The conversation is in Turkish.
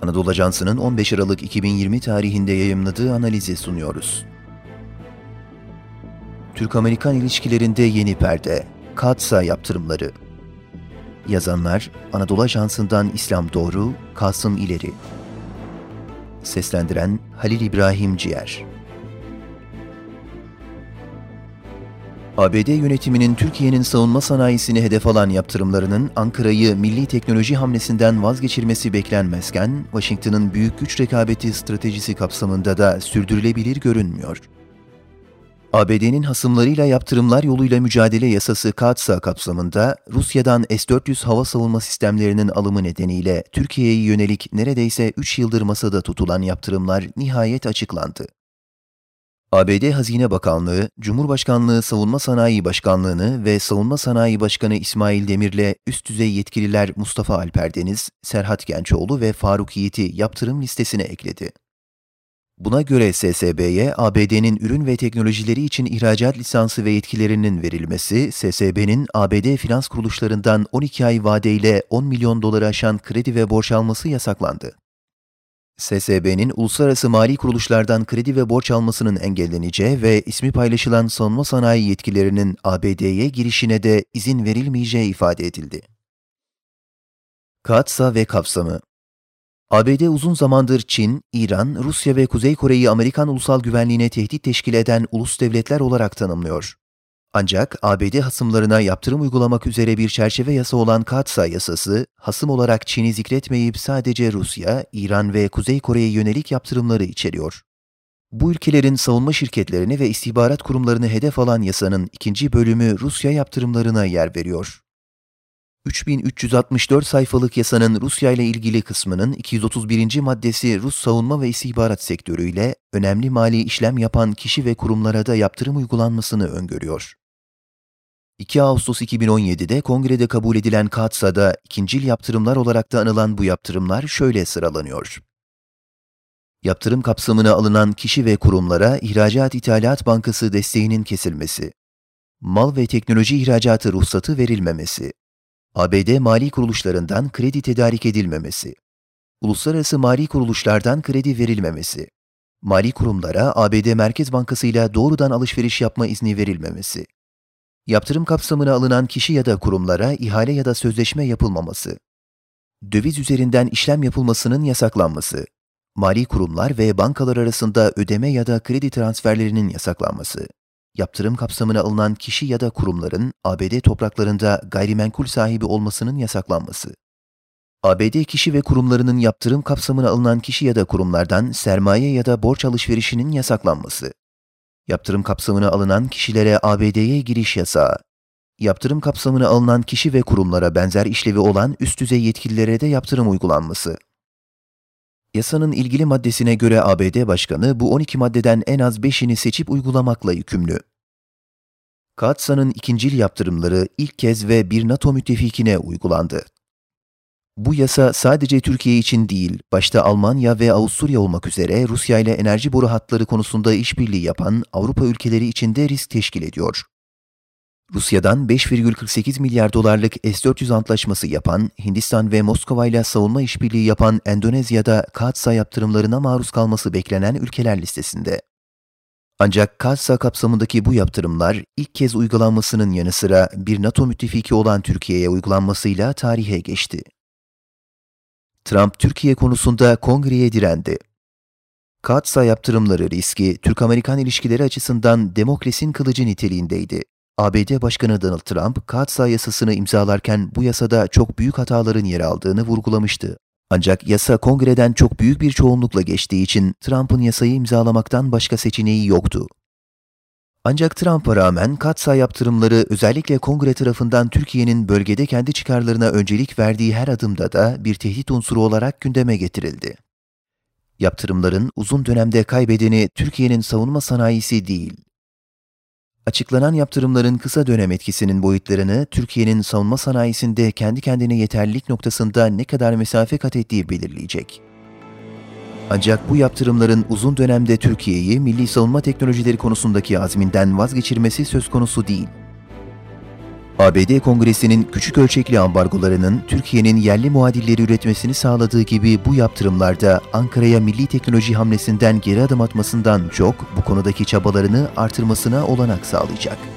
Anadolu Ajansı'nın 15 Aralık 2020 tarihinde yayımladığı analizi sunuyoruz. Türk-Amerikan ilişkilerinde yeni perde, Katsa yaptırımları. Yazanlar Anadolu Ajansı'ndan İslam Doğru, Kasım İleri. Seslendiren Halil İbrahim Ciğer. ABD yönetiminin Türkiye'nin savunma sanayisini hedef alan yaptırımlarının Ankara'yı milli teknoloji hamlesinden vazgeçirmesi beklenmezken, Washington'ın büyük güç rekabeti stratejisi kapsamında da sürdürülebilir görünmüyor. ABD'nin hasımlarıyla yaptırımlar yoluyla mücadele yasası Katsa kapsamında Rusya'dan S-400 hava savunma sistemlerinin alımı nedeniyle Türkiye'ye yönelik neredeyse 3 yıldır masada tutulan yaptırımlar nihayet açıklandı. ABD Hazine Bakanlığı, Cumhurbaşkanlığı Savunma Sanayi Başkanlığı'nı ve Savunma Sanayi Başkanı İsmail Demir'le üst düzey yetkililer Mustafa Alper Deniz, Serhat Gençoğlu ve Faruk Yiğit'i yaptırım listesine ekledi. Buna göre SSB'ye ABD'nin ürün ve teknolojileri için ihracat lisansı ve yetkilerinin verilmesi, SSB'nin ABD finans kuruluşlarından 12 ay vadeyle 10 milyon doları aşan kredi ve borç alması yasaklandı. SSB'nin uluslararası mali kuruluşlardan kredi ve borç almasının engelleneceği ve ismi paylaşılan savunma sanayi yetkilerinin ABD'ye girişine de izin verilmeyeceği ifade edildi. Katsa ve kapsamı. ABD uzun zamandır Çin, İran, Rusya ve Kuzey Kore'yi Amerikan ulusal güvenliğine tehdit teşkil eden ulus devletler olarak tanımlıyor. Ancak ABD hasımlarına yaptırım uygulamak üzere bir çerçeve yasa olan Katsa yasası, hasım olarak Çin'i zikretmeyip sadece Rusya, İran ve Kuzey Kore'ye yönelik yaptırımları içeriyor. Bu ülkelerin savunma şirketlerini ve istihbarat kurumlarını hedef alan yasanın ikinci bölümü Rusya yaptırımlarına yer veriyor. 3364 sayfalık yasanın Rusya ile ilgili kısmının 231. maddesi Rus savunma ve istihbarat sektörüyle önemli mali işlem yapan kişi ve kurumlara da yaptırım uygulanmasını öngörüyor. 2 Ağustos 2017'de Kongrede kabul edilen Katsa'da ikincil yaptırımlar olarak da anılan bu yaptırımlar şöyle sıralanıyor. Yaptırım kapsamına alınan kişi ve kurumlara İhracat İthalat Bankası desteğinin kesilmesi, mal ve teknoloji ihracatı ruhsatı verilmemesi, ABD mali kuruluşlarından kredi tedarik edilmemesi, uluslararası mali kuruluşlardan kredi verilmemesi, mali kurumlara ABD Merkez Bankası ile doğrudan alışveriş yapma izni verilmemesi, yaptırım kapsamına alınan kişi ya da kurumlara ihale ya da sözleşme yapılmaması, döviz üzerinden işlem yapılmasının yasaklanması, mali kurumlar ve bankalar arasında ödeme ya da kredi transferlerinin yasaklanması, yaptırım kapsamına alınan kişi ya da kurumların ABD topraklarında gayrimenkul sahibi olmasının yasaklanması, ABD kişi ve kurumlarının yaptırım kapsamına alınan kişi ya da kurumlardan sermaye ya da borç alışverişinin yasaklanması, yaptırım kapsamına alınan kişilere ABD'ye giriş yasağı, yaptırım kapsamına alınan kişi ve kurumlara benzer işlevi olan üst düzey yetkililere de yaptırım uygulanması. Yasanın ilgili maddesine göre ABD Başkanı bu 12 maddeden en az 5'ini seçip uygulamakla yükümlü. Katsa'nın ikincil yaptırımları ilk kez ve bir NATO müttefikine uygulandı. Bu yasa sadece Türkiye için değil, başta Almanya ve Avusturya olmak üzere Rusya ile enerji boru hatları konusunda işbirliği yapan Avrupa ülkeleri için de risk teşkil ediyor. Rusya'dan 5,48 milyar dolarlık S-400 antlaşması yapan, Hindistan ve Moskova ile savunma işbirliği yapan Endonezya'da Katsa yaptırımlarına maruz kalması beklenen ülkeler listesinde. Ancak Katsa kapsamındaki bu yaptırımlar ilk kez uygulanmasının yanı sıra bir NATO müttefiki olan Türkiye'ye uygulanmasıyla tarihe geçti. Trump, Türkiye konusunda Kongre'ye direndi. Katsa yaptırımları riski, Türk-Amerikan ilişkileri açısından Demokras'in kılıcı niteliğindeydi. ABD Başkanı Donald Trump, Katsa yasasını imzalarken bu yasada çok büyük hataların yer aldığını vurgulamıştı. Ancak yasa Kongre'den çok büyük bir çoğunlukla geçtiği için Trump'ın yasayı imzalamaktan başka seçeneği yoktu. Ancak Trump'a rağmen Katsa yaptırımları özellikle Kongre tarafından Türkiye'nin bölgede kendi çıkarlarına öncelik verdiği her adımda da bir tehdit unsuru olarak gündeme getirildi. Yaptırımların uzun dönemde kaybedeni Türkiye'nin savunma sanayisi değil. Açıklanan yaptırımların kısa dönem etkisinin boyutlarını Türkiye'nin savunma sanayisinde kendi kendine yeterlilik noktasında ne kadar mesafe kat ettiği belirleyecek. Ancak bu yaptırımların uzun dönemde Türkiye'yi milli savunma teknolojileri konusundaki azminden vazgeçirmesi söz konusu değil. ABD Kongresi'nin küçük ölçekli ambargolarının Türkiye'nin yerli muadilleri üretmesini sağladığı gibi bu yaptırımlarda Ankara'ya milli teknoloji hamlesinden geri adım atmasından çok bu konudaki çabalarını artırmasına olanak sağlayacak.